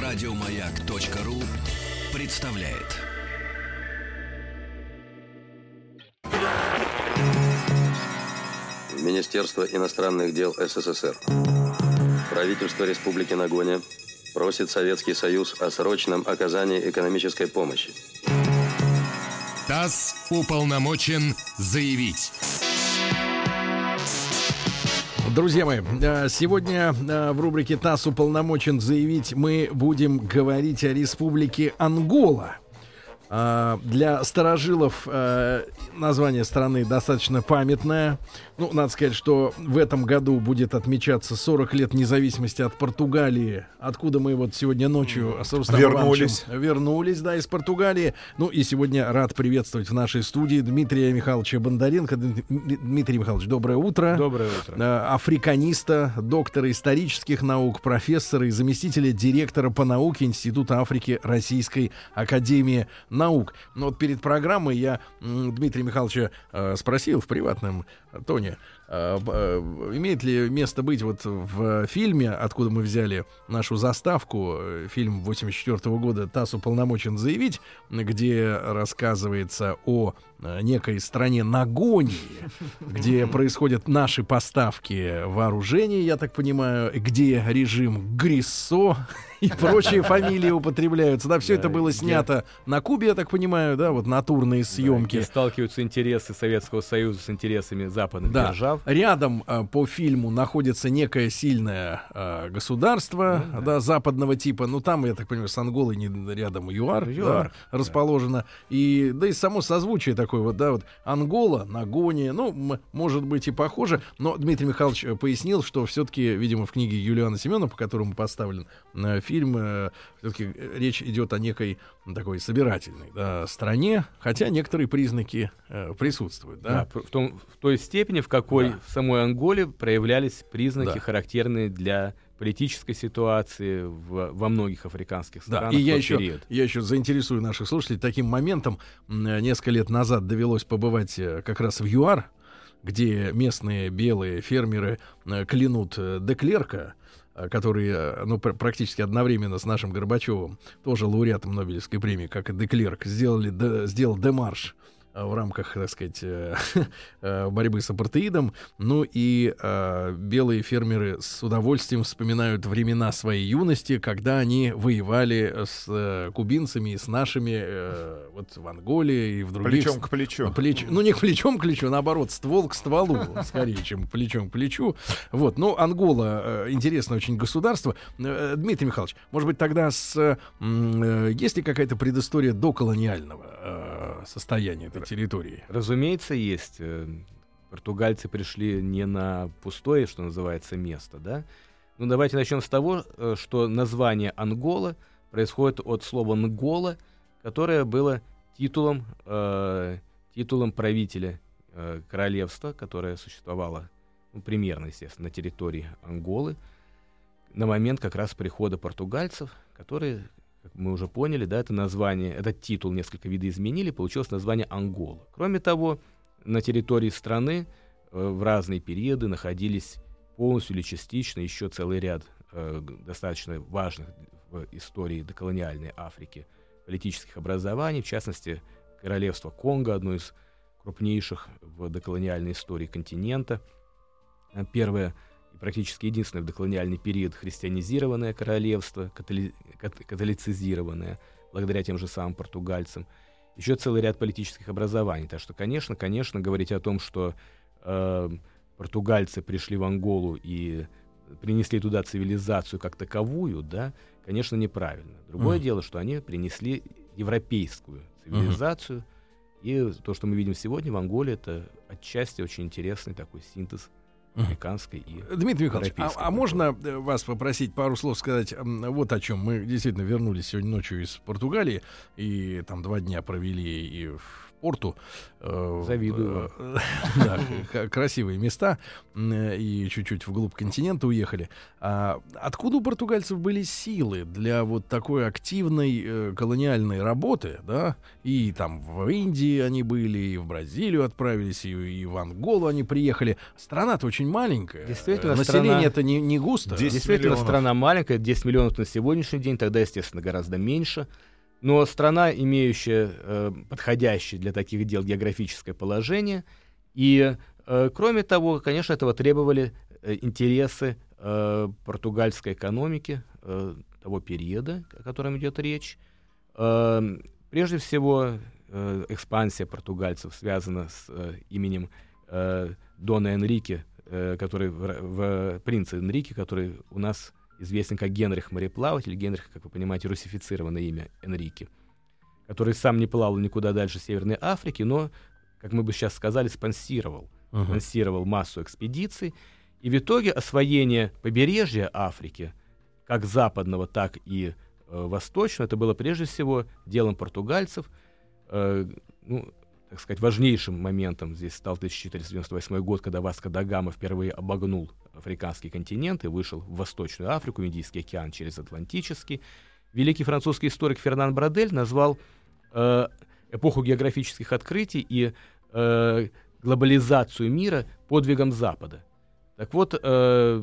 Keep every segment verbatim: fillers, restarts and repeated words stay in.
Радиомаяк.ру представляет. Министерство иностранных дел СССР. Правительство Республики Нагоня просит Советский Союз о срочном оказании экономической помощи. ТАСС уполномочен заявить. Друзья мои, сегодня в рубрике «ТАСС уполномочен заявить» мы будем говорить о республике Ангола. Для старожилов название страны достаточно памятное. Ну, надо сказать, что в этом году будет отмечаться сорок лет независимости от Португалии, откуда мы вот сегодня ночью с Рустамом вернулись. Ивановичем вернулись, да, из Португалии. Ну и сегодня рад приветствовать в нашей студии Дмитрия Михайловича Бондаренко. Дмитрий Михайлович, доброе утро. Доброе утро. Африканиста, доктора исторических наук, профессора и заместителя директора по науке Института Африки Российской Академии Наук. Но вот перед программой я Дмитрия Михайловича э, спросил в приватном тоне, э, э, имеет ли место быть вот в фильме, откуда мы взяли нашу заставку, э, фильм восемьдесят четвёртого года «ТАСС уполномочен заявить», где рассказывается о э, некой стране Нагонии, где происходят наши поставки вооружений, я так понимаю, где режим Гриссо и прочие фамилии употребляются. Да, все это было снято на Кубе, я так понимаю, да, вот натурные съемки. Где сталкиваются интересы Советского Союза с интересами западных Да. держав. Рядом э, по фильму находится некое сильное э, государство, Да, да, да. западного типа. Ну, там, я так понимаю, с Анголой не рядом ЮАР, ЮАР, да, расположено. И, да и само созвучие такое вот, да, вот Ангола, Нагония, ну, м- может быть и похоже. Но Дмитрий Михайлович э, пояснил, что все-таки, видимо, в книге Юлиана Семенова, по которому поставлен э, фильм, э, все-таки речь идет о некой такой собирательной, да, стране, хотя некоторые признаки э, присутствуют, да. Да, в, том, в той степени, в какой Да. в самой Анголе проявлялись признаки, Да. характерные для политической ситуации в, во многих африканских Да, странах и в я тот еще, период. я еще заинтересую наших слушателей таким моментом. М, Несколько лет назад довелось побывать э, как раз в ЮАР, где местные белые фермеры э, клянут э, Деклерка, э, который э, ну, пр- практически одновременно с нашим Горбачевым, тоже лауреатом Нобелевской премии, как и Деклерк, сделали, де- сделал демарш э, в рамках, так сказать, э, э, борьбы с апартеидом. Ну и э, белые фермеры с удовольствием вспоминают времена своей юности, когда они воевали с э, кубинцами и с нашими э, вот в Анголе и в других... Плечом к плечу. Плеч... Ну, не к плечом к плечу, наоборот, ствол к стволу, скорее, чем плечом к плечу. Вот, ну, Ангола э, интересное очень государство. Э, Дмитрий Михайлович, может быть, тогда с, э, э, есть ли какая-то предыстория доколониального э, состояния этой территории? Разумеется, есть. Э, Португальцы пришли не на пустое, что называется, место, да? Ну, давайте начнем с того, э, что название Ангола происходит от слова «нгола», которое было титулом, э, титулом правителя э, королевства, которое существовало, ну, примерно, естественно, на территории Анголы, на момент как раз прихода португальцев, которые, как мы уже поняли, да, это название, этот титул несколько видоизменили, получилось название Ангола. Кроме того, на территории страны э, в разные периоды находились полностью или частично еще целый ряд э, достаточно важных в истории доколониальной Африки политических образований, в частности, королевство Конго, одно из крупнейших в доколониальной истории континента. Первое и практически единственное в доколониальный период христианизированное королевство, католи... католицизированное, благодаря тем же самым португальцам. Еще целый ряд политических образований. Так что, конечно, конечно, говорить о том, что э, португальцы пришли в Анголу и принесли туда цивилизацию как таковую, да, конечно, неправильно. Другое mm. дело, что они принесли европейскую цивилизацию, mm-hmm. и то, что мы видим сегодня в Анголе, это отчасти очень интересный такой синтез американской и Дмитрий Михайлович, а, европейской а можно вас попросить пару слов сказать м, вот о чем? Мы действительно вернулись сегодня ночью из Португалии и там два дня провели и в порту. Э, Завидую. Э, да, к- красивые места. э, И чуть-чуть вглубь континента уехали. А откуда у португальцев были силы для вот такой активной э, колониальной работы, да? И там в Индии они были, и в Бразилию отправились, и, и в Анголу они приехали. Страна-то очень маленькая. Действительно, население-то не, не густо. десять Действительно, миллионов. страна маленькая, десять миллионов на сегодняшний день, тогда, естественно, гораздо меньше. Но страна, имеющая э, подходящее для таких дел географическое положение. И, э, кроме того, конечно, этого требовали э, интересы э, португальской экономики э, того периода, о котором идет речь. Э, прежде всего, э, экспансия португальцев связана с э, именем э, Дона Энрике, э, который в, в принца Энрике, который у нас известен как Генрих Мореплаватель, Генрих, как вы понимаете, русифицированное имя Энрике, который сам не плавал никуда дальше Северной Африки, но, как мы бы сейчас сказали, спонсировал, Мгм. спонсировал массу экспедиций. И в итоге освоение побережья Африки, как западного, так и э, восточного, это было прежде всего делом португальцев. Э, ну, так сказать, важнейшим моментом здесь стал тысяча четыреста девяносто восьмой год, когда Васко да Гама впервые обогнул африканский континент и вышел в Восточную Африку, Индийский океан через Атлантический. Великий французский историк Фернан Брадель назвал э, эпоху географических открытий и э, глобализацию мира подвигом Запада. Так вот, э,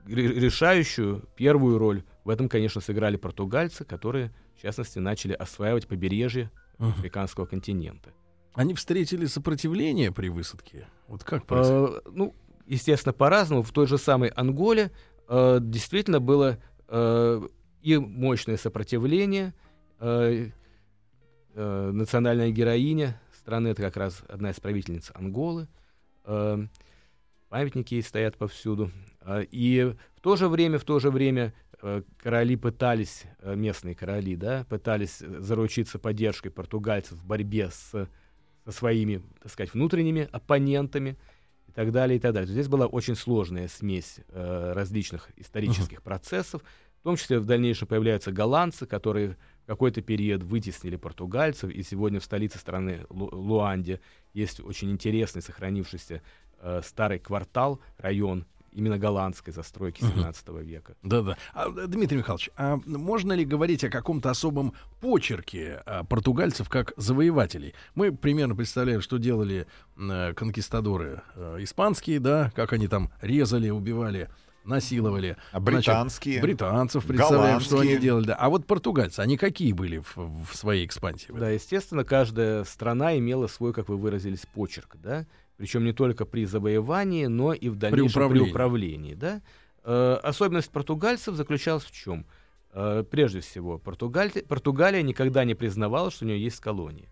решающую первую роль в этом, конечно, сыграли португальцы, которые, в частности, начали осваивать побережье Мгм. африканского континента. Они встретили сопротивление при высадке? Вот как происходило? Э, ну, естественно, по-разному. В той же самой Анголе э, действительно было э, и мощное сопротивление. Э, э, национальная героиня страны, это как раз одна из правительниц Анголы. Э, памятники ей стоят повсюду. Э, и в то же время, в то же время э, короли пытались, э, местные короли, да, пытались заручиться поддержкой португальцев в борьбе с со своими, так сказать, внутренними оппонентами и так далее, и так далее. Здесь была очень сложная смесь э, различных исторических uh-huh. процессов. В том числе в дальнейшем появляются голландцы, которые в какой-то период вытеснили португальцев, и сегодня в столице страны Лу- Луанде есть очень интересный, сохранившийся э, старый квартал, район именно голландской застройки семнадцатого века. Да-да. А, Дмитрий Михайлович, а можно ли говорить о каком-то особом почерке а, португальцев как завоевателей? Мы примерно представляем, что делали э, конкистадоры э, испанские, да, как они там резали, убивали, насиловали. А британские? Значит, британцев представляем, что они голландские? делали. Да. А вот португальцы, они какие были в, в своей экспансии? Да, естественно, каждая страна имела свой, как вы выразились, почерк, да, причем не только при завоевании, но и в дальнейшем при управлении. При управлении, да. Э, особенность португальцев заключалась в чем? Э, прежде всего, Португаль... Португалия никогда не признавала, что у нее есть колонии.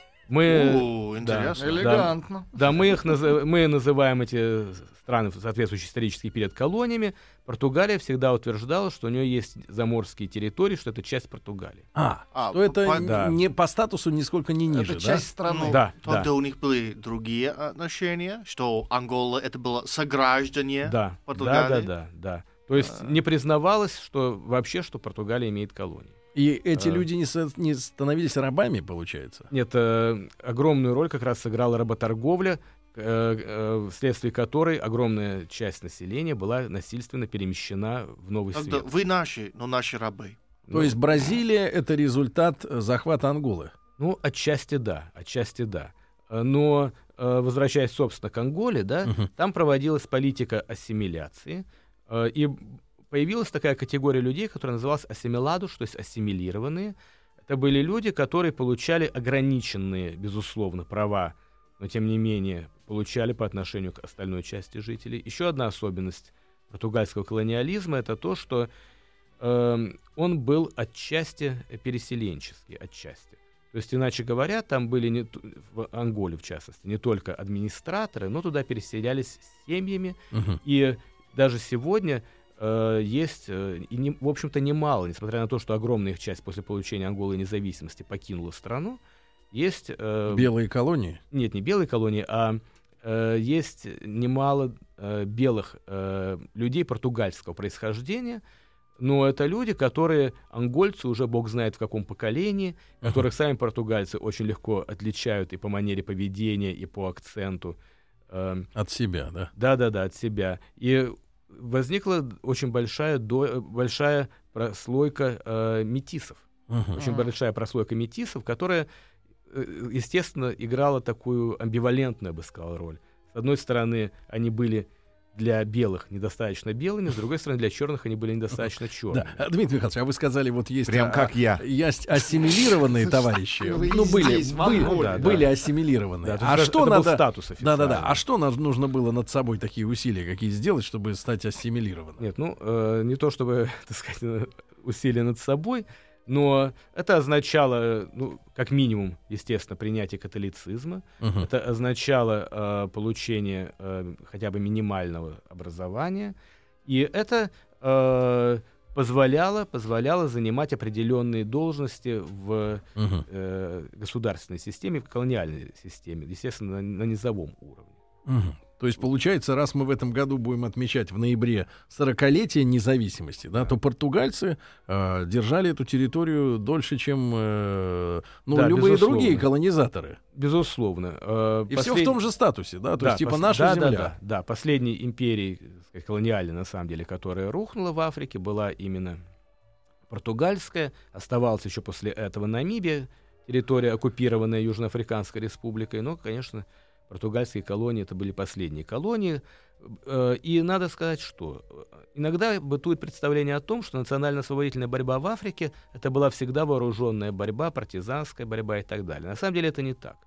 Мы, О, интересно. Да, Элегантно. Да, да мы, их наз... мы называем эти страны, соответствующий исторический период, колониями. Португалия всегда утверждала, что у нее есть заморские территории, что это часть Португалии. А, А, то это по- не, не по статусу нисколько не ниже, Это да? часть страны. Да, Тогда да. у них были другие отношения, что Ангола это было сограждане Да, да, Португалии. да, да, да. То есть не признавалось, что вообще, что Португалия имеет колонии. И эти А. люди не, со- не становились рабами, получается? Нет, э, огромную роль как раз сыграла работорговля, э, э, вследствие которой огромная часть населения была насильственно перемещена в Новый Тогда Свет. вы наши, но наши рабы. То Ну, есть Бразилия — это результат э, захвата Анголы? Ну, отчасти да, отчасти да. Э, Но, э, возвращаясь, собственно, к Анголе, да, Мгм. там проводилась политика ассимиляции, э, и появилась такая категория людей, которая называлась ассимиладус, то есть ассимилированные. Это были люди, которые получали ограниченные, безусловно, права, но, тем не менее, получали по отношению к остальной части жителей. Еще одна особенность португальского колониализма — это то, что э, он был отчасти переселенческий, отчасти. То есть, иначе говоря, там были, не, т- в Анголе в частности, не только администраторы, но туда переселялись семьями. Мгм. И даже сегодня э, есть, э, и не, в общем-то, немало, несмотря на то, что огромная их часть после получения Анголы независимости покинула страну, есть... э, Белые колонии? Нет, не белые колонии, а э, есть немало э, белых э, людей португальского происхождения, Но это люди, которые, ангольцы, уже бог знает в каком поколении, которых сами португальцы очень легко отличают и по манере поведения, и по акценту. От себя, да? Да-да-да, от себя. И возникла очень большая, до, большая прослойка э, метисов. Uh-huh. Очень большая прослойка метисов, которая, э, естественно, играла такую амбивалентную, я бы сказал, роль. С одной стороны, они были для белых недостаточно белыми, с другой стороны, для черных они были недостаточно черными. Да. Дмитрий Михайлович, а вы сказали, вот есть... Прям а, как я. Есть ассимилированные товарищи. Ну, были, здесь, были, Монголия, да, да. были ассимилированные. Да, а это, что это надо... был статус официальный. Да-да-да. А что нам нужно было над собой такие усилия какие сделать, чтобы стать ассимилированным? Нет, ну, э, не то чтобы, так сказать, усилия над собой, но это означало, ну, как минимум, естественно, принятие католицизма. Uh-huh. Это означало э, получение э, хотя бы минимального образования. И это э, позволяло, позволяло занимать определенные должности в Uh-huh. э, государственной системе, в колониальной системе, естественно, на, на низовом уровне. Uh-huh. То есть, получается, раз мы в этом году будем отмечать в ноябре сорокалетие независимости, да, то португальцы э, держали эту территорию дольше, чем э, ну, Да, любые безусловно. другие колонизаторы. Безусловно. Э, И послед... все в том же статусе, да, то Да, есть типа пос- наша да, земля. Да, да, да. Последней империей, так сказать, колониальной, на самом деле, которая рухнула в Африке, была именно португальская. Оставалась еще после этого Намибия, территория, оккупированная Южноафриканской республикой. Но, конечно, португальские колонии — это были последние колонии. И надо сказать, что иногда бытует представление о том, что национально-освободительная борьба в Африке — это была всегда вооруженная борьба, партизанская борьба и так далее. На самом деле это не так.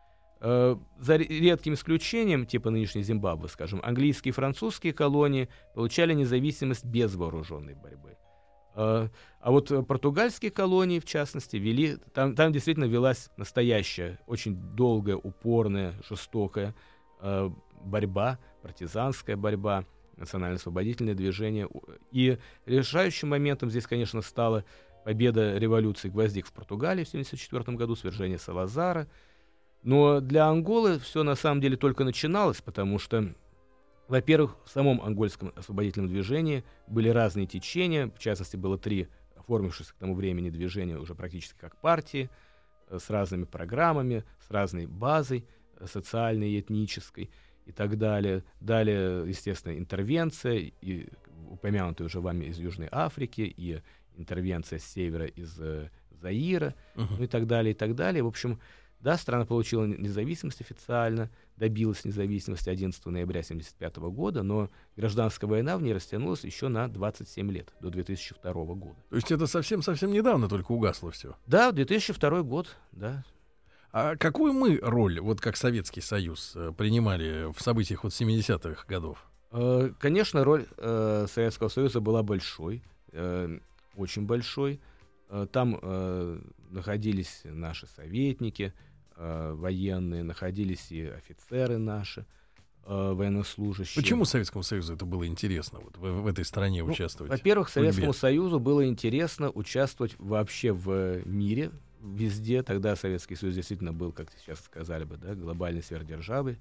За редким исключением, типа нынешней Зимбабве, скажем, английские и французские колонии получали независимость без вооруженной борьбы. А вот португальские колонии, в частности, вели, там, там действительно велась настоящая, очень долгая, упорная, жестокая э, борьба, партизанская борьба, национально-освободительное движение. И решающим моментом здесь, конечно, стала победа революции гвоздик в Португалии в тысяча девятьсот семьдесят четвёртом году, свержение Салазара. Но для Анголы все на самом деле только начиналось, потому что, во-первых, в самом ангольском освободительном движении были разные течения, в частности, было три оформившихся к тому времени движения уже практически как партии, с разными программами, с разной базой социальной и этнической и так далее. Далее, естественно, интервенция, и упомянутая уже вами из Южной Африки, и интервенция с севера из э, Заира, uh-huh. ну и так далее, и так далее. В общем, да, страна получила независимость официально, добилась независимости одиннадцатого ноября тысяча девятьсот семьдесят пятого года, но гражданская война в ней растянулась еще на двадцать семь лет, до две тысячи второго года. То есть это совсем-совсем недавно только угасло все. Да, две тысячи второй год, да. А какую мы роль, вот как Советский Союз, принимали в событиях вот семидесятых годов? Э, конечно, роль э, Советского Союза была большой, э, очень большой. Э, там э, находились наши советники, э, военные, находились и офицеры наши, э, военнослужащие. Почему Советскому Союзу это было интересно, вот в, в этой стране ну, участвовать? Во-первых, Советскому Судьбе? Союзу было интересно участвовать вообще в мире, везде. Тогда Советский Союз действительно был, как сейчас сказали бы, да, глобальной сверхдержавой.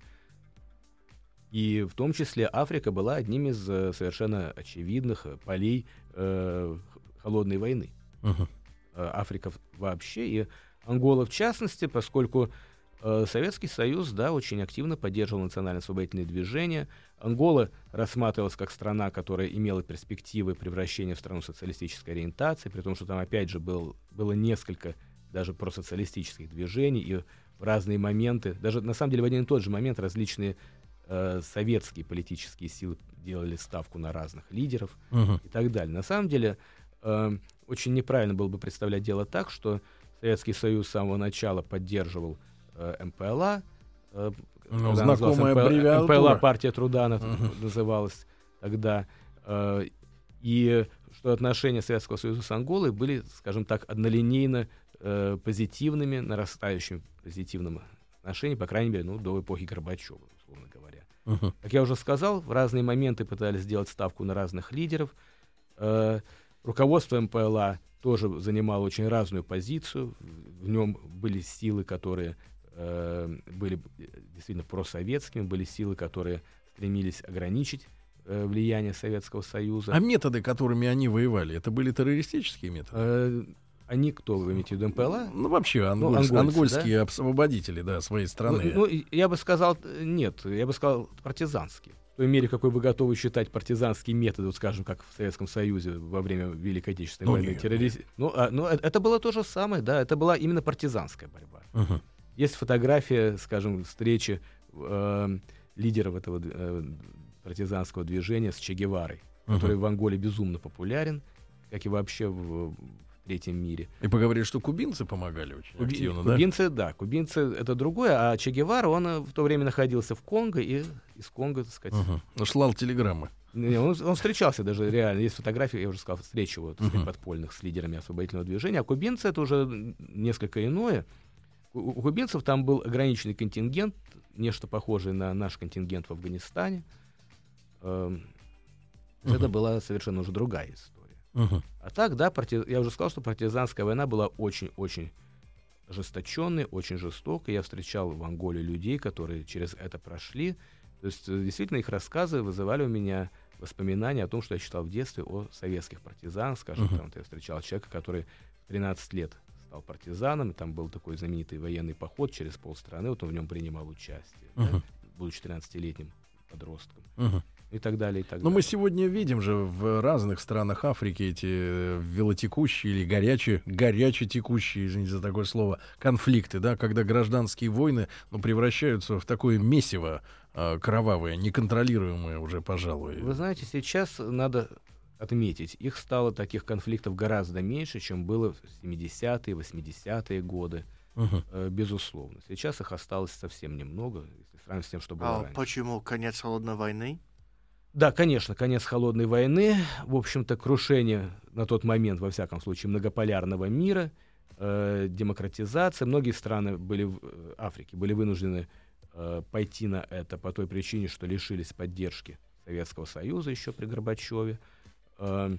И в том числе Африка была одним из э, совершенно очевидных полей э, холодной войны. Uh-huh. Э, Африка вообще и Ангола в частности, поскольку э, Советский Союз, да, очень активно поддерживал национально-освободительные движения. Ангола рассматривалась как страна, которая имела перспективы превращения в страну социалистической ориентации, при том, что там опять же был, было несколько даже просоциалистических движений, и в разные моменты, даже на самом деле в один и тот же момент различные э, советские политические силы делали ставку на разных лидеров uh-huh. и так далее. На самом деле э, очень неправильно было бы представлять дело так, что Советский Союз с самого начала поддерживал э, эм пэ эл а, э, ну, знакомая эм пэ эл, аббревиатура. эм пэ эл а, партия труда она uh-huh. называлась тогда, э, и что отношения Советского Союза с Анголой были, скажем так, однолинейно э, позитивными, нарастающими позитивным отношением, по крайней мере, ну, до эпохи Горбачева, условно говоря. Uh-huh. Как я уже сказал, в разные моменты пытались сделать ставку на разных лидеров. Э, руководство эм пэ эл а тоже занимало очень разную позицию. В нем были силы, которые э, были действительно просоветскими, были силы, которые стремились ограничить э, влияния Советского Союза. А методы, которыми они воевали, это были террористические методы? Э, они кто, вы имеете в виду, МПЛА? Ну, вообще, ангольс- Ну, ангольцы, ангольские освободители, да, своей страны. Ну, ну, я бы сказал, нет, я бы сказал партизанские. В той мере, какой вы готовы считать партизанские методы, вот скажем, как в Советском Союзе во время Великой Отечественной Ну, войны. нет, террориз... ну, а, ну, э- это было то же самое, да, это была именно партизанская борьба. Мгм. Есть фотография, скажем, встречи э, лидеров этого э, партизанского движения с Че Геварой, Мгм. который в Анголе безумно популярен, как и вообще в, в третьем мире. И поговорили, что кубинцы помогали очень Куби- активно, да? Кубинцы, да, кубинцы это другое, а Че Гевара, он э, в то время находился в Конго, и из Конго, так сказать, Мгм. Ну, слал телеграммы. не, он, он встречался даже реально, есть фотографии, я уже сказал, встречи вот, так сказать, Мгм. подпольных с лидерами освободительного движения, а кубинцы это уже несколько иное. У, у кубинцев там был ограниченный контингент, нечто похожее на наш контингент в Афганистане. Эм, Это Мгм. была совершенно уже другая история. Мгм. А так, да, парти- я уже сказал, что партизанская война была очень-очень ожесточенной, очень жестокой. Я встречал в Анголе людей, которые через это прошли. То есть, э, действительно, их рассказы вызывали у меня воспоминания о том, что я читал в детстве о советских партизанах. Скажем, Мгм. там вот я встречал человека, который в тринадцать лет стал партизаном, и там был такой знаменитый военный поход через полстраны, вот он в нем принимал участие, да, Мгм. будучи тринадцатилетним подростком, Мгм. и так далее, и так Но далее. мы сегодня видим же в разных странах Африки эти э, велотекущие или горячие, горяче текущие, извините за такое слово, конфликты, да, когда гражданские войны, ну, превращаются в такое месиво э, кровавое, неконтролируемое уже, пожалуй. Вы знаете, сейчас надо отметить, их стало таких конфликтов гораздо меньше, чем было в семидесятые, восьмидесятые годы, Мгм. э, безусловно. Сейчас их осталось совсем немного, если сравнивать с тем, что было А раньше. почему конец холодной войны? Да, конечно, конец холодной войны, в общем-то, крушение на тот момент, во всяком случае, многополярного мира, э, демократизация. Многие страны были в э, Африке были вынуждены э, пойти на это по той причине, что лишились поддержки Советского Союза еще при Горбачеве. Э,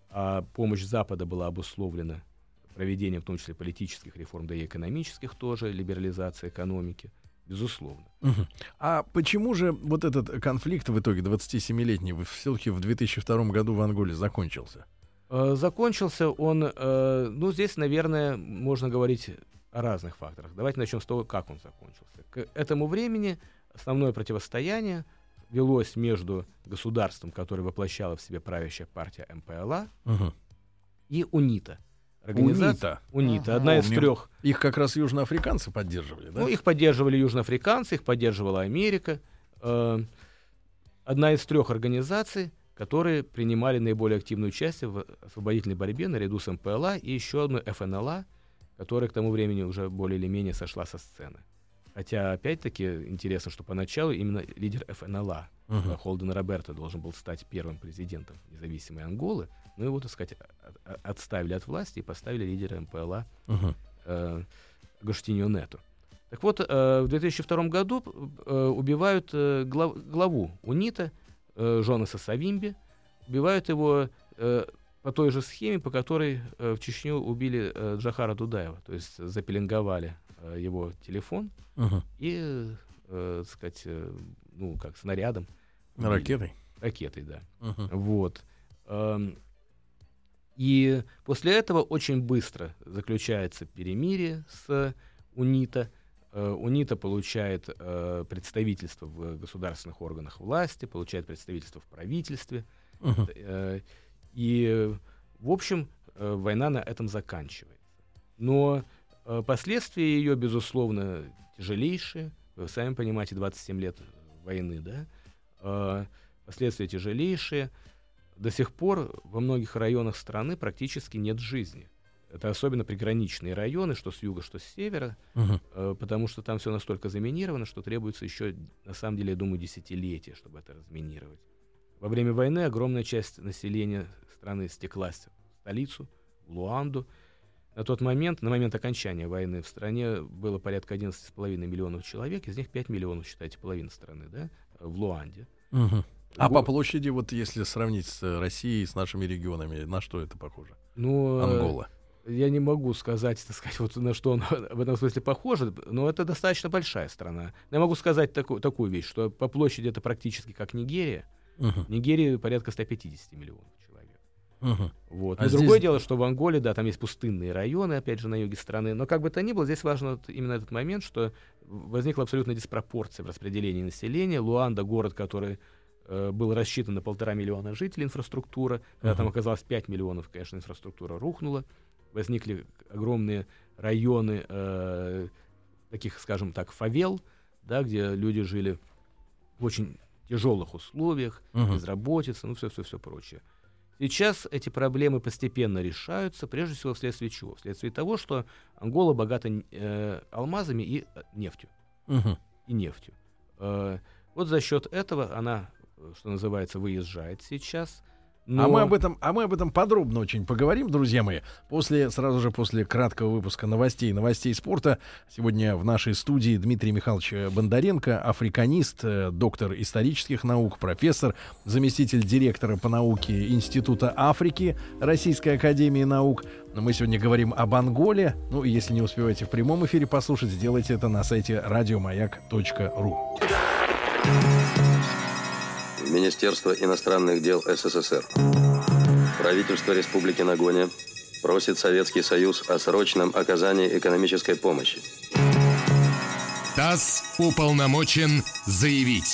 а помощь Запада была обусловлена проведением, в том числе, политических реформ, да и экономических тоже, либерализации экономики, безусловно. Мгм. А почему же вот этот конфликт в итоге двадцатисемилетний все-таки в две тысячи втором году в Анголе закончился? Э, Закончился он, э, ну, здесь, наверное, можно говорить о разных факторах. Давайте начнем с того, как он закончился. К этому времени основное противостояние велось между государством, которое воплощало в себе правящая партия МПЛА, Мгм. и УНИТА. УНИТА. УНИТА, Ага. одна из Помним. трех. Их как раз южноафриканцы поддерживали, да? Ну, их поддерживали южноафриканцы, их поддерживала Америка. Э, Одна из трех организаций, которые принимали наиболее активное участие в освободительной борьбе наряду с МПЛА, и еще одну эф эн эл а, которая к тому времени уже более или менее сошла со сцены. Хотя, опять-таки, интересно, что поначалу именно лидер эф эн эл а, Мгм. Холден Роберто, должен был стать первым президентом независимой Анголы, но его, так сказать, от- от- отставили от власти и поставили лидера МПЛА Мгм. э, Агостиньо Нету. Так вот, э, в две тысячи втором году э, убивают э, глав- главу УНИТА, э, Жонаса Савимби, убивают его э, по той же схеме, по которой э, в Чечню убили э, Джохара Дудаева, то есть запеленговали э, его телефон Мгм. и, э, так сказать, э, ну, как снарядом. убили. Ракетой. Ракетой, да. Мгм. Вот. Эм, И после этого очень быстро заключается перемирие с УНИТА. Э, УНИТА получает э, представительство в государственных органах власти, получает представительство в правительстве. Мгм. Э, И, в общем, э, война на этом заканчивается. Но э, последствия ее, безусловно, тяжелейшие. Вы сами понимаете, двадцать семь лет войны, да? Э, Последствия тяжелейшие. До сих пор во многих районах страны практически нет жизни. Это особенно приграничные районы, что с юга, что с севера, Мгм. э, потому что там все настолько заминировано, что требуется еще, на самом деле, я думаю, десятилетия, чтобы это разминировать. Во время войны огромная часть населения страны стеклась в столицу, в Луанду. На тот момент, на момент окончания войны, в стране было порядка одиннадцать с половиной миллионов человек, из них пять миллионов, считайте, половина страны, да, в Луанде. Мгм. А Го- по площади, вот если сравнить с э, Россией, с нашими регионами, на что это похоже? Ну, э, Ангола. я не могу сказать, так сказать, вот на что он в этом смысле похоже, но это достаточно большая страна. Я могу сказать таку- такую вещь, что по площади это практически как Нигерия, Угу. В Нигерии порядка сто пятьдесят миллионов человек. Угу. Вот. А Но здесь... другое дело, что в Анголе, да, там есть пустынные районы, опять же, на юге страны. Но как бы то ни было, здесь важно вот именно этот момент, что возникла абсолютная диспропорция в распределении населения. Луанда — город, который э, был рассчитан на полтора миллиона жителей, инфраструктура. Когда uh-huh. там оказалось пять миллионов, конечно, инфраструктура рухнула. Возникли огромные районы э, таких, скажем так, фавел, да, где люди жили в очень тяжелых условиях, uh-huh. безработица, ну все-все-все прочее. Сейчас эти проблемы постепенно решаются, прежде всего вследствие чего? Вследствие того, что Ангола богата э, алмазами и э, нефтью. Uh-huh. И нефтью. Э, вот за счет этого она, что называется, выезжает сейчас. Но... А, мы об этом, а мы об этом подробно очень поговорим, друзья мои, после, сразу же после краткого выпуска новостей, новостей спорта. Сегодня в нашей студии Дмитрий Михайлович Бондаренко, африканист, доктор исторических наук, профессор, заместитель директора по науке Института Африки Российской академии наук. Мы сегодня говорим об Анголе. Ну, и если не успеваете в прямом эфире послушать, сделайте это на сайте радиомаяк точка ру. Министерство иностранных дел СССР. Правительство Республики Нагоня просит Советский Союз о срочном оказании экономической помощи. ТАСС уполномочен заявить.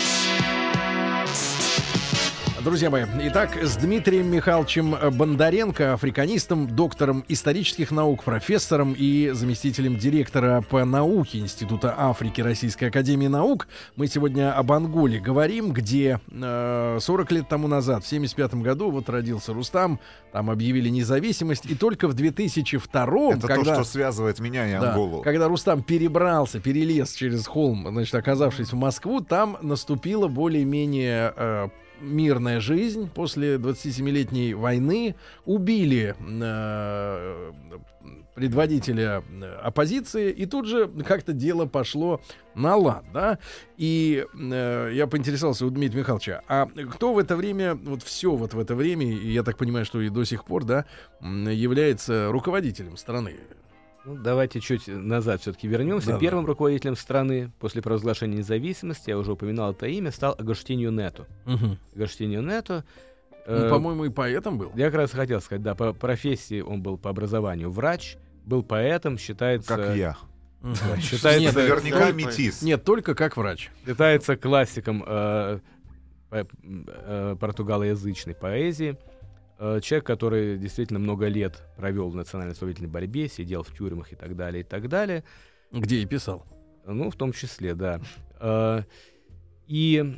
Друзья мои, итак, с Дмитрием Михайловичем Бондаренко, африканистом, доктором исторических наук, профессором и заместителем директора по науке Института Африки Российской академии наук, мы сегодня об Анголе говорим, где э, сорок лет тому назад, в семьдесят пятом году, вот родился Рустам, там объявили независимость, и только в две тысячи втором... Это когда, то, что связывает меня и да, Анголу. Когда Рустам перебрался, перелез через холм, значит, оказавшись в Москву, там наступила более-менее... Э, мирная жизнь после двадцатисемилетней войны. Убили э, предводителя оппозиции, и тут же как-то дело пошло на лад, да? И э, я поинтересовался у Дмитрия Михайловича, а кто в это время, вот все вот в это время, и я так понимаю, что и до сих пор, да, является руководителем страны? Ну, давайте чуть назад все-таки вернемся. Да, Первым да. руководителем страны после провозглашения независимости, я уже упоминал это имя, стал Агостиньо Нето. Угу. Агостиньо Нето. Ну, э, по-моему, и поэтом был. Я как раз хотел сказать, да, по профессии он был по образованию врач, был поэтом, считается... Как я. Да, считается, Нет, Наверняка только- метис. Нет, только как врач. считается классиком э, по- э, португалоязычной поэзии. Э, человек, который действительно много лет провел в национально-освободительной борьбе, сидел в тюрьмах и так далее, и так далее. Где и писал. Ну, в том числе, да. Э, и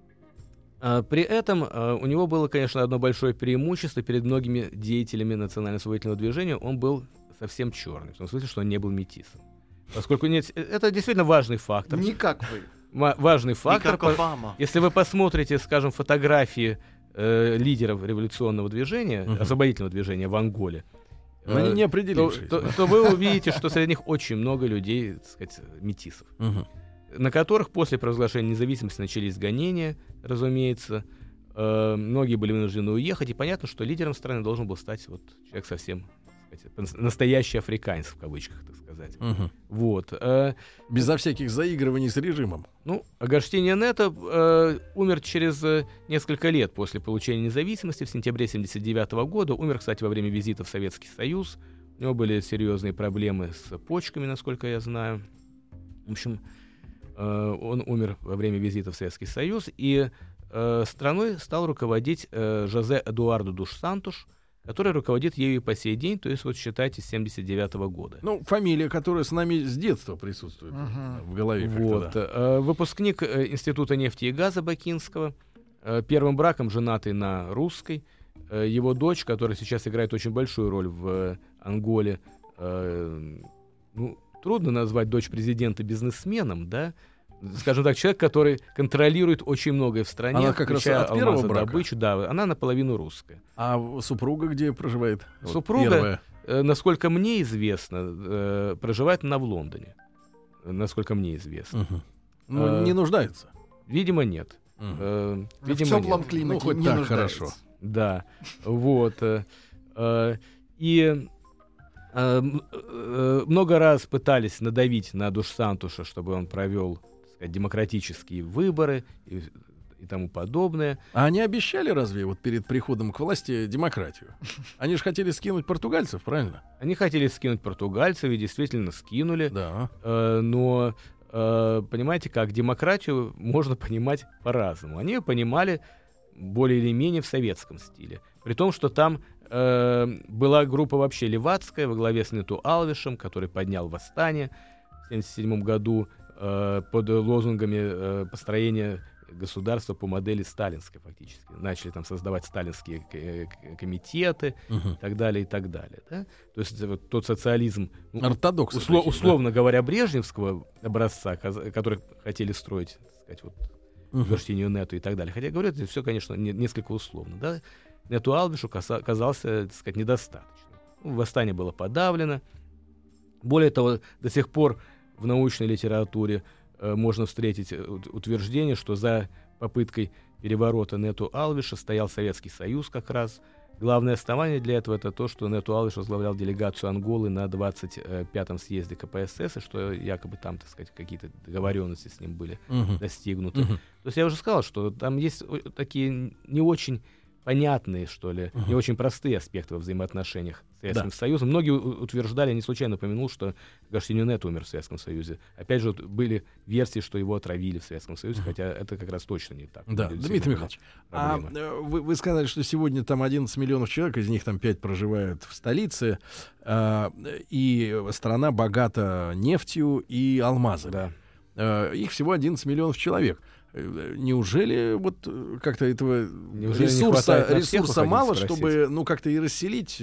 э, при этом э, у него было, конечно, одно большое преимущество перед многими деятелями национально-освободительного движения. Он был совсем черный, в том смысле, что он не был метисом. Поскольку нет, это действительно важный фактор. Не как вы. Ма- важный Не фактор. как По- Обама. Если вы посмотрите, скажем, фотографии э, лидеров революционного движения, Мгм. освободительного движения в Анголе, Но они э, не то, определившись. то- то вы увидите, что среди них очень много людей, так сказать, метисов, Мгм. на которых после провозглашения независимости начались гонения, разумеется. Э, многие были вынуждены уехать, и понятно, что лидером страны должен был стать вот человек совсем, так сказать, настоящий африканец, в кавычках, так сказать. Мгм. Вот. э, Безо всяких заигрываний с режимом. Ну, Агостиньо Нето э, умер через э, несколько лет после получения независимости, в сентябре семьдесят девятого года. Умер, кстати, во время визита в Советский Союз. У него были серьезные проблемы с почками, насколько я знаю. В общем, э, он умер во время визита в Советский Союз. И э, страной стал руководить э, Жозе Эдуардо дус Сантуш, который руководит ею и по сей день, то есть, вот считайте, с семьдесят девятого года. Ну, фамилия, которая с нами с детства присутствует в голове. как-то, Вот. да. э, Выпускник э, Института нефти и газа Бакинского, э, первым браком женатый на русской. Э, Его дочь, которая сейчас играет очень большую роль в э, Анголе, э, ну, трудно назвать дочь президента бизнесменом, да? Скажем так, человек, который контролирует очень многое в стране, Она как раз включая от первого алмазодобычу. Да, она наполовину русская. А в- супруга где проживает? Вот Супруга, первая. э, насколько мне известно, э, проживает она в Лондоне. Э, Насколько мне известно. Мгм. Ну, Э, не нуждается. Видимо, нет. Мгм. Э, В видимо, теплом нет. климате Ну, хоть не так нуждается. хорошо. Да, вот. э, э, И э, м- э, много раз пытались надавить на Душ Сантуша, чтобы он провел, так сказать, демократические выборы и, и тому подобное. А они обещали разве вот перед приходом к власти демократию? Они же хотели скинуть португальцев, правильно? Они хотели скинуть португальцев и действительно скинули. Да. Э, но, э, понимаете, как демократию можно понимать по-разному. Они ее понимали более или менее в советском стиле. При том, что там э, была группа вообще левацкая во главе с Нету Алвишем, который поднял восстание в семьдесят седьмом году э, под лозунгами э, построения государства по модели сталинской фактически. Начали там создавать сталинские к- комитеты Угу. и так далее, и так далее. Да? То есть вот тот социализм, ну, Ортодоксы. усло- такие, условно говоря, брежневского образца, каз- который хотели строить, так сказать, вот, да? Мгм. утверждению Нету и так далее. Хотя, говорю, это все, конечно, не- несколько условно. Да? Нету Алвишу каса- казался, так сказать, недостаточным. Ну, восстание было подавлено. Более того, до сих пор в научной литературе э, можно встретить э, ут- утверждение, что за попыткой переворота Нету Алвиша стоял Советский Союз как раз. Главное основание для этого — это то, что Нету Алвиш возглавлял делегацию Анголы на двадцать пятом съезде ка пэ эс эс, и что якобы там, так сказать, какие-то договоренности с ним были Мгм. достигнуты. Мгм. То есть я уже сказал, что там есть о- такие не очень понятные, что ли, Мгм. не очень простые аспекты во взаимоотношениях с Советским Да. Союзом. Многие у- утверждали, я не случайно упомянул, что Гашинюнет умер в Советском Союзе. Опять же, вот были версии, что его отравили в Советском Союзе, Мгм. хотя это как раз точно не так. Да, Это Дмитрий действительно Михайлович, а проблема. э, вы, вы сказали, что сегодня там одиннадцать миллионов человек, из них там пять проживают в столице, а, и страна богата нефтью и алмазами. Да. Э, их всего одиннадцать миллионов человек. Э, Неужели вот э, как-то этого Неужели не ресурса, хватает на всех ресурса уходить, мало, спросить? чтобы ну как-то и расселить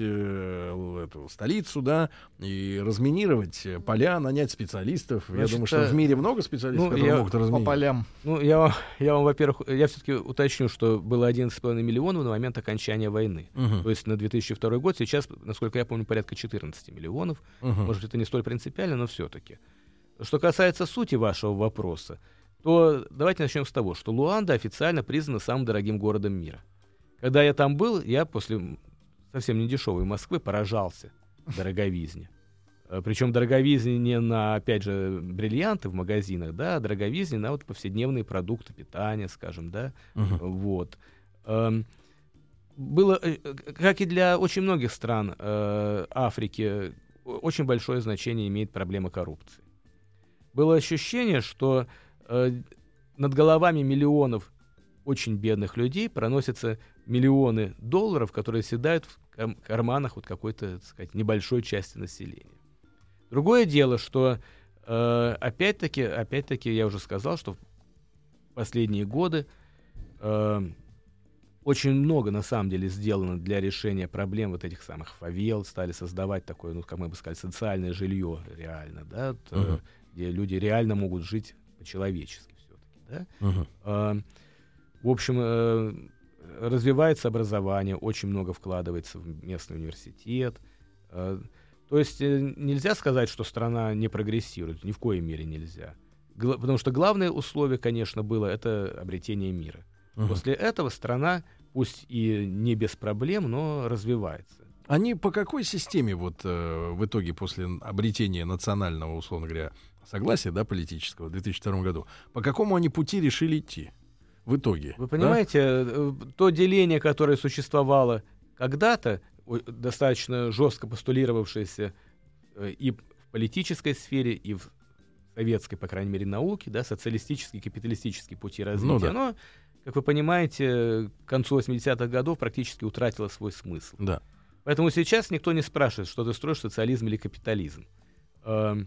э, эту столицу, да, и разминировать э, поля, нанять специалистов? Я Значит, думаю, что э, в мире много специалистов, ну, которые я могут По разминировать. полям. Ну, я вам, я вам, во-первых, я все-таки уточню, что было одиннадцать с половиной миллионов на момент окончания войны. Мгм. То есть на две тысячи второй год сейчас, насколько я помню, порядка четырнадцать миллионов. Мгм. Может, это не столь принципиально, но все-таки. Что касается сути вашего вопроса, то давайте начнем с того, что Луанда официально признана самым дорогим городом мира. Когда я там был, я после совсем недешевой Москвы поражался дороговизне. Э, Причем дороговизне не на, опять же, бриллианты в магазинах, да, а дороговизне на вот повседневные продукты питания, скажем, да, Мгм. вот. Эм, Было, э, как и для очень многих стран э, Африки, о- очень большое значение имеет проблема коррупции. Было ощущение, что э, над головами миллионов очень бедных людей проносятся миллионы долларов, которые седают в кар- карманах вот какой-то, так сказать, небольшой части населения. Другое дело, что э, опять-таки, опять-таки я уже сказал, что в последние годы э, очень много на самом деле сделано для решения проблем вот этих самых фавел, стали создавать такое, ну, как мы бы сказали, социальное жилье реально, да, вот, э, Мгм. где люди реально могут жить по-человечески все-таки, да. Мгм. А, В общем, э, развивается образование, очень много вкладывается в местный университет. А, То есть э, нельзя сказать, что страна не прогрессирует, ни в коей мере нельзя. Гла- Потому что главное условие, конечно, было это обретение мира. Мгм. После этого страна, пусть и не без проблем, но развивается. Они по какой системе вот э, в итоге после обретения национального, условно говоря, согласия, да, политического в две тысячи втором году, по какому они пути решили идти в итоге? Вы да? понимаете, э, то деление, которое существовало когда-то, о- достаточно жестко постулировавшееся э, и в политической сфере, и в советской, по крайней мере, науке, да, социалистические, капиталистические пути развития, Ну да. оно, как вы понимаете, к концу восьмидесятых годов практически утратило свой смысл. Да. Поэтому сейчас никто не спрашивает, что ты строишь, социализм или капитализм. Эм,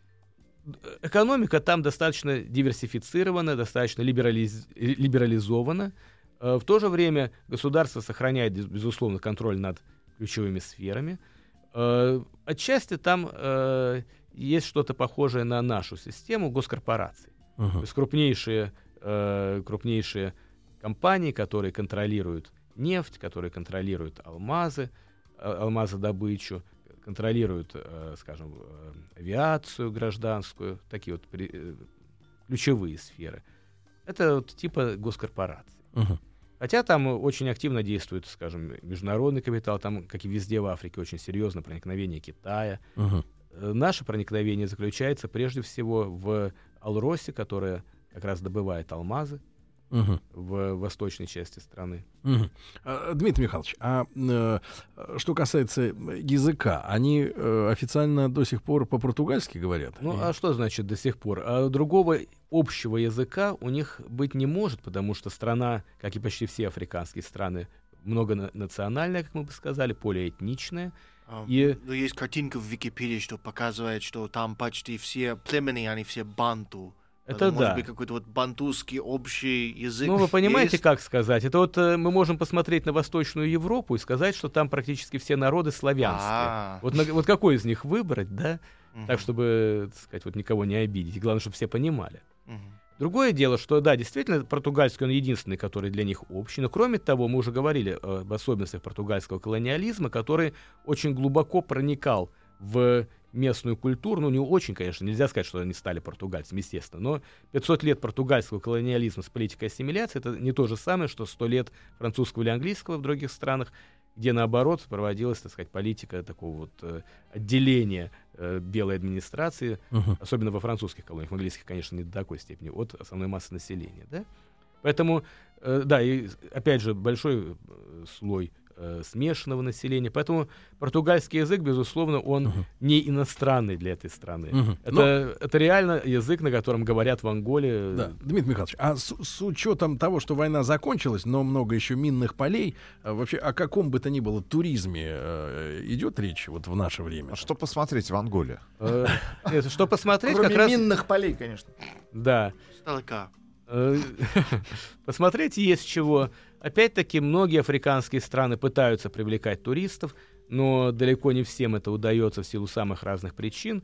Экономика там достаточно диверсифицирована, достаточно либерализ- либерализована. Э, В то же время государство сохраняет, без- безусловно, контроль над ключевыми сферами. Э, Отчасти там э, есть что-то похожее на нашу систему госкорпораций. То Мгм. есть крупнейшие, э, крупнейшие компании, которые контролируют нефть, которые контролируют алмазы, э, алмазодобычу, контролируют, э, скажем, э, авиацию гражданскую, такие вот при- э, ключевые сферы. Это вот типа госкорпораций. Мгм. Хотя там очень активно действует, скажем, международный капитал, там, как и везде в Африке, очень серьезно проникновение Китая. Мгм. Э, Наше проникновение заключается прежде всего в Алросе, которая как раз добывает алмазы. Угу. в восточной части страны. Угу. А, Дмитрий Михайлович, а э, что касается языка, они э, официально до сих пор по-португальски говорят? Ну, И... а что значит до сих пор? А другого общего языка у них быть не может, потому что страна, как и почти все африканские страны, многонациональная, как мы бы сказали, полиэтничная. А, И- ну, есть картинка в Википедии, что показывает, что там почти все племени, они все банту. Это Может да. быть, какой-то вот бантузский общий язык. Ну, вы понимаете, есть? как сказать? Это вот э, мы можем посмотреть на Восточную Европу и сказать, что там практически все народы славянские. А. Вот, на- вот какой из них выбрать, да? Мгм. Так, чтобы, так сказать, вот никого не обидеть. И главное, чтобы все понимали. Мгм. Другое дело, что, да, действительно, португальский, он единственный, который для них общий. Но, кроме того, мы уже говорили э, об особенностях португальского колониализма, который очень глубоко проникал в местную культуру. Ну, не очень, конечно, нельзя сказать, что они стали португальцами, естественно. Но пятьсот лет португальского колониализма с политикой ассимиляции — это не то же самое, что сто лет французского или английского в других странах, где, наоборот, проводилась, так сказать, политика такого вот э, отделения э, белой администрации, Мгм. особенно во французских колониях, в английских, конечно, не до такой степени, от основной массы населения, да? Поэтому, э, да, и опять же, большой э, слой э, смешанного населения, поэтому португальский язык, безусловно, он Мгм. не иностранный для этой страны. Мгм. Это, Но- это реально язык, на котором говорят в Анголе. Да, Дмитрий Михайлович, а с, с учетом того, что война закончилась, но много еще минных полей, а вообще о каком бы то ни было туризме э, идет речь вот в наше время? А что посмотреть в Анголе? Э, нет, что посмотреть, Кроме как раз... минных полей, конечно. Да. Сдалека. Э, Посмотреть есть чего. Опять-таки, многие африканские страны пытаются привлекать туристов, но далеко не всем это удается в силу самых разных причин.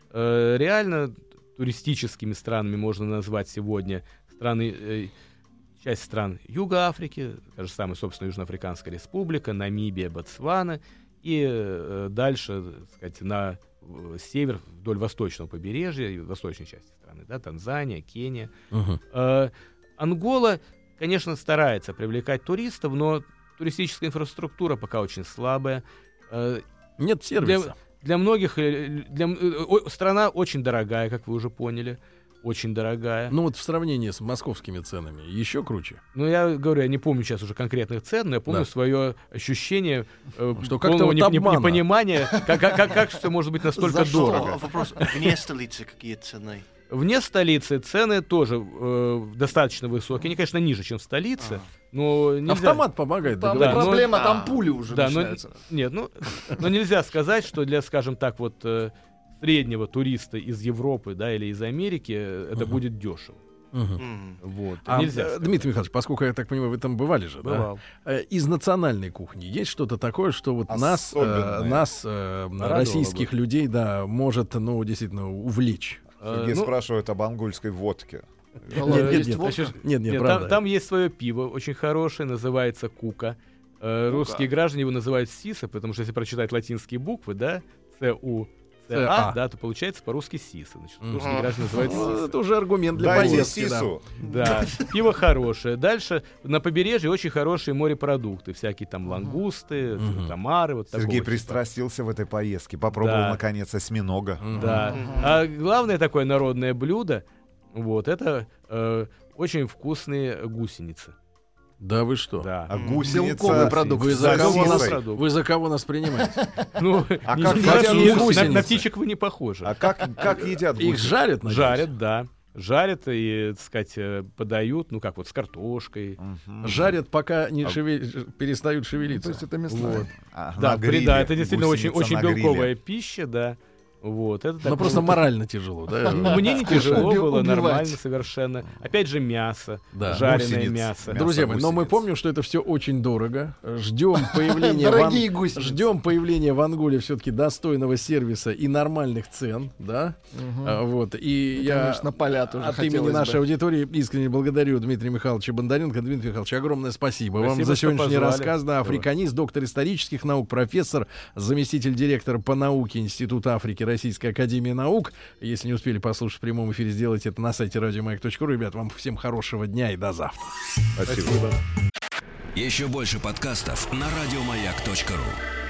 Э, Реально туристическими странами можно назвать сегодня страны, э, часть стран Юга Африки, та же самая, собственно, Южноафриканская республика, Намибия, Ботсвана, и э, дальше, так сказать, на э, север, вдоль восточного побережья, и восточной части страны, да, Танзания, Кения. Мгм. Э, Ангола, конечно, старается привлекать туристов, но туристическая инфраструктура пока очень слабая. Э, Нет сервиса. Для многих э, для, м- э, о- страна очень дорогая, как вы уже поняли, очень дорогая. Ну вот в сравнении с московскими ценами еще круче. Ну, я говорю, я не помню сейчас уже конкретных цен, но я помню Да. свое ощущение э, Что как-то полного вот не- не- обмана. непонимания, как, как, как, как все может быть настолько За что? дорого. Вопрос, вне столицы какие цены? Вне столицы цены тоже э, достаточно высокие. Они, конечно, ниже, чем в столице, но нельзя... Автомат помогает Там Да, не но- проблема, а, там пули уже Да, но, начинаются. нет, ну, но нельзя сказать, что для, скажем так, вот э, среднего туриста из Европы, да, или из Америки э, это Мгм. будет дешево. Мгм. М. Вот. А, Нельзя. э, сказать. Дмитрий Михайлович, поскольку я так понимаю, вы там бывали же, да? Бывал. Э, Из национальной кухни есть что-то такое, что вот нас, э, Особенное. нас э, Порадовало российских бы. людей, да, может, ну, действительно, увлечь? Э, Сергей ну, спрашивает об ангольской водке. Нет, нет, есть нет, водка? Нет, нет, нет, правда. там, там есть свое пиво, очень хорошее, называется Кука. Э, Русские граждане его называют Сиса, потому что если прочитать латинские буквы, да, С-У, С-А, А. да, то получается по-русски Сиса. Значит, Мгм. русские граждане называют Ну, Сиса. это уже аргумент для Дайте поездки, да. сису. Да, пиво хорошее. Дальше на побережье очень хорошие морепродукты. Всякие там лангусты, Мгм. тамары. Вот Сергей такого типа. пристрастился в этой поездке. Попробовал, Да. наконец, осьминога. Мгм. Да. А главное такое народное блюдо, вот, это э, очень вкусные гусеницы. Да вы что? Да. А М. гусеница... Белковый продукт. Вы за, с кого нас, сисой. вы за кого нас принимаете? Ну, А не- как не- едят не- гусеницы? на, на птичек вы не похожи. А как, как едят Их гусеницы? жарят, надеюсь? Жарят, да. Жарят и, так сказать, э, подают, ну как вот с картошкой. Мгм. Жарят, пока не А- шеве- перестают То шевелиться. есть это мясная. Вот. А, Да, на при- гриле. да, это действительно очень, Гусеница очень на гриле. белковая пища, да. Вот, это Но такое просто вот- морально тяжело, да? Ну, мне не тяжело Уби- было, убивать. нормально совершенно. Опять же, мясо, Да. жареное Гусениц. мясо. Мясо Друзья мои, но мы гусениц. помним, что это все очень дорого. Ждем появления, в Ан- Дорогие гусеницы. ждем появления в Анголе все-таки достойного сервиса и нормальных цен, да? Мгм. А, вот. И я Конечно, поля тоже от имени хотелось нашей бы. аудитории искренне благодарю Дмитрия Михайловича Бондаренко. Дмитрий Михайлович, огромное спасибо, вам Спасибо, за что сегодняшний позвали. рассказ. Да, африканист, доктор исторических наук, профессор, заместитель директора по науке Института Африки Российской академии наук. Если не успели послушать в прямом эфире, сделайте это на сайте радиомаяк точка ру. Ребят, вам всем хорошего дня и до завтра. Спасибо. Еще больше подкастов на радиомаяк точка ру.